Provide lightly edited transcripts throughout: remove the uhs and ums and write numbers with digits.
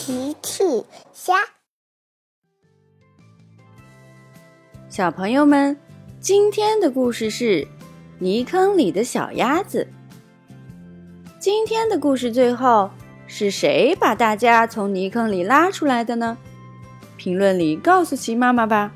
奇趣虾。 小朋友们，今天的故事是泥坑里的小鸭子。今天的故事最后是谁把大家从泥坑里拉出来的呢？评论里告诉奇妈妈吧。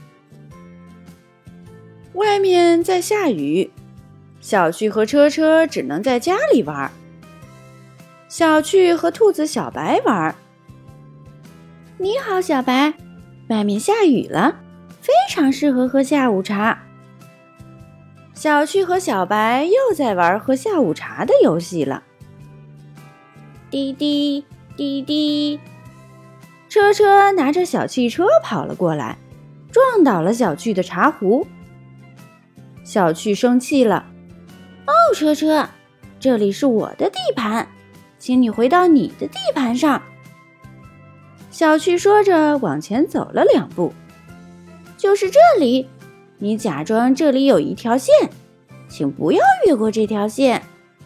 外面在下雨，小趣和车车只能在家里玩。小趣和兔子小白玩。你好，小白，外面下雨了，非常适合喝下午茶。小趣和小白又在玩喝下午茶的游戏了。滴滴滴滴，车车拿着小汽车跑了过来，撞倒了小趣的茶壶。小趣生气了，哦，车车，这里是我的地盘，请你回到你的地盘上。小趣说着往前走了2步。就是这里，你假装这里有一条线，请不要越过这条线。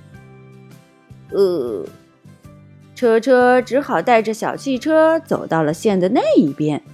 车车只好带着小汽车走到了线的那一边。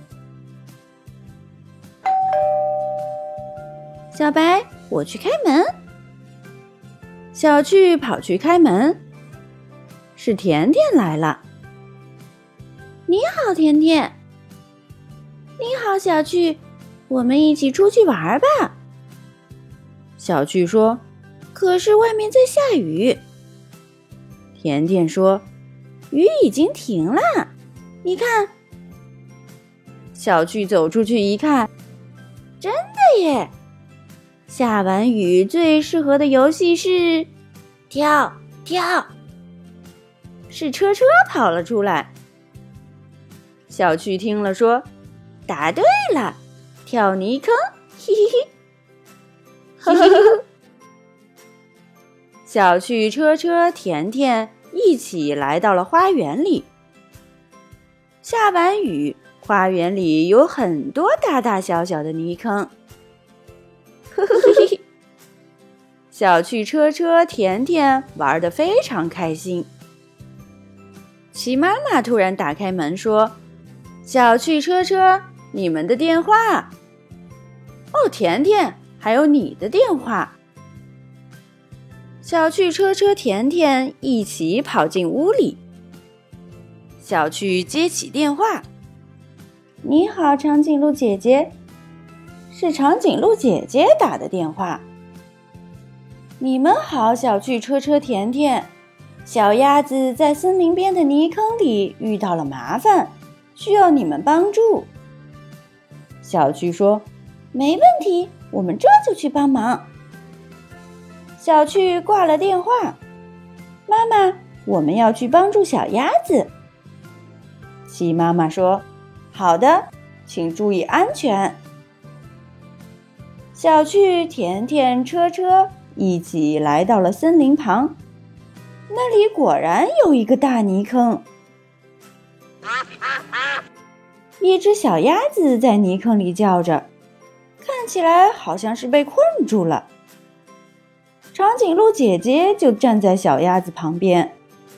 小白，我去开门。小趣跑去开门，是甜甜来了。你好，甜甜。你好，小趣，我们一起出去玩吧。小趣说，可是外面在下雨。甜甜说，雨已经停了，你看。小趣走出去一看，真的耶！下完雨最适合的游戏是跳跳。是车车跑了出来。小趣听了说，答对了，跳泥坑，嘿嘿嘿。小趣、车车、甜甜一起来到了花园里。下完雨，花园里有很多大大小小的泥坑。小趣、车车、甜甜玩得非常开心。齐妈妈突然打开门说，小趣、车车，你们的电话。哦，甜甜，还有你的电话。小趣、车车、甜甜一起跑进屋里。小趣接起电话。你好，长颈鹿姐姐。是长颈鹿姐姐打的电话。你们好，小趣、车车、甜甜。小鸭子在森林边的泥坑里遇到了麻烦，需要你们帮助。小趣说，没问题，我们这就去帮忙。小趣挂了电话。妈妈，我们要去帮助小鸭子。齐妈妈说，好的，请注意安全。小趣、甜甜、车车一起来到了森林旁，那里果然有一个大泥坑。一只小鸭子在泥坑里叫着，看起来好像是被困住了。长颈鹿姐姐就站在小鸭子旁边。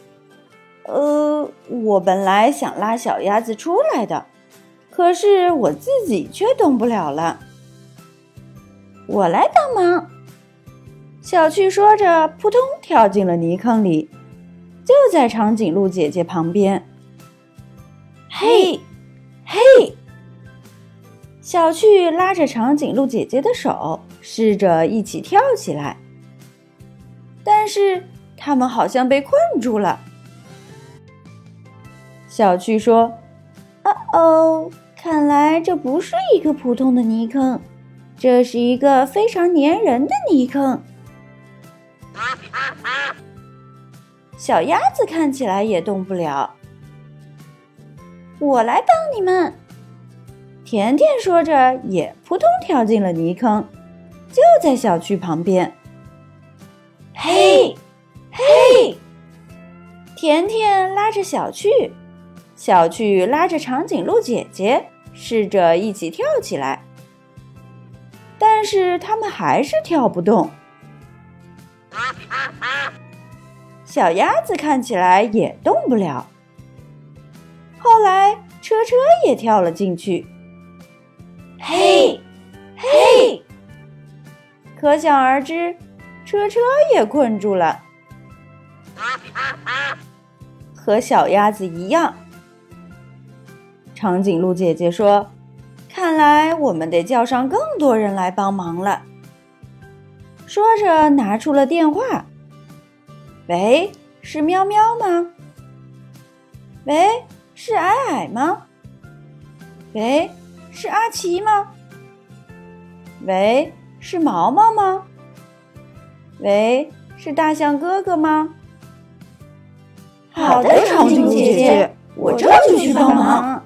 我本来想拉小鸭子出来的，可是我自己却动不了了。我来帮忙。小趣说着，扑通跳进了泥坑里，就在长颈鹿姐姐旁边。嘿，嘿！小趣拉着长颈鹿姐姐的手，试着一起跳起来，但是他们好像被困住了。小趣说，看来这不是一个普通的泥坑，这是一个非常粘人的泥坑。小鸭子看起来也动不了。我来帮你们。甜甜说着也扑通跳进了泥坑，就在小趣旁边。嘿，嘿！甜甜拉着小趣，小趣拉着长颈鹿姐姐，试着一起跳起来，但是他们还是跳不动。小鸭子看起来也动不了。 后来车车也跳了进去。嘿，嘿！可想而知，车车也困住了，和小鸭子一样。长颈鹿姐姐说：“看来我们得叫上更多人来帮忙了。”说着拿出了电话。喂，是喵喵吗？喂，是矮矮吗？喂，是阿奇吗？喂，是毛毛吗？喂，是大象哥哥吗？ 好的，长颈鹿姐姐，我这就去帮忙。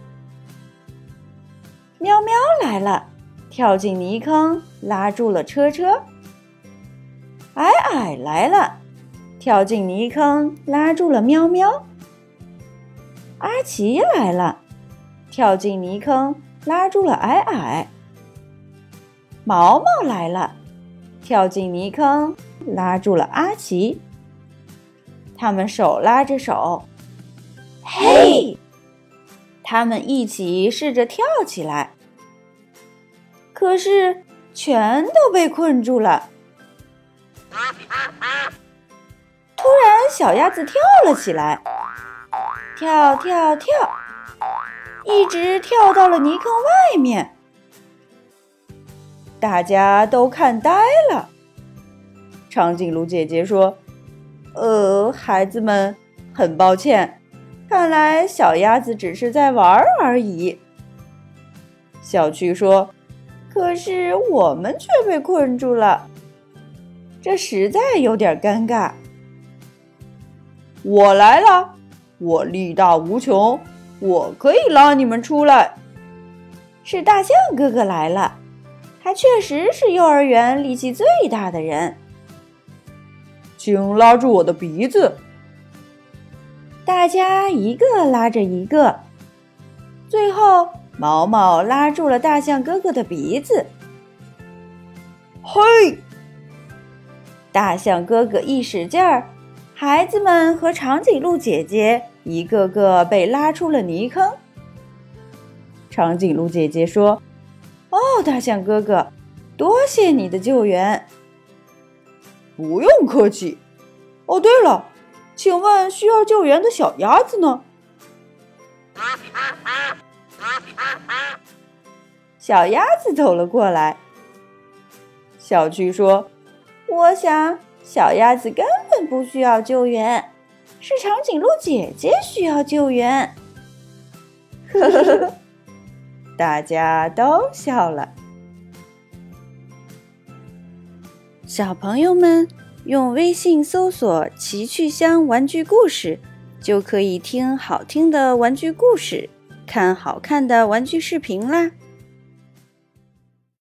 喵喵来了，跳进泥坑，拉住了车车。矮矮来了，跳进泥坑，拉住了喵喵。阿奇来了，跳进泥坑，拉住了矮矮。毛毛来了，跳进泥坑，拉住了阿奇。他们手拉着手，嘿！他们一起试着跳起来，可是全都被困住了。突然，小鸭子跳了起来，跳跳跳，一直跳到了泥坑外面。大家都看呆了。长颈鹿姐姐说：“孩子们，很抱歉，看来小鸭子只是在玩而已。”小趣说：“可是我们却被困住了，这实在有点尴尬。”我来了，我力大无穷，我可以拉你们出来。是大象哥哥来了，他确实是幼儿园力气最大的人。请拉住我的鼻子。大家一个拉着一个，最后毛毛拉住了大象哥哥的鼻子。嘿！大象哥哥一使劲儿，孩子们和长颈鹿姐姐一个个被拉出了泥坑。长颈鹿姐姐说：“哦，大象哥哥，多谢你的救援。”不用客气。哦，对了，请问需要救援的小鸭子呢？小鸭子走了过来。小趣说：“我想小鸭子根本不需要救援，是长颈鹿姐姐需要救援。”呵呵呵，大家都笑了。小朋友们，用微信搜索“奇趣箱玩具故事”，就可以听好听的玩具故事，看好看的玩具视频啦。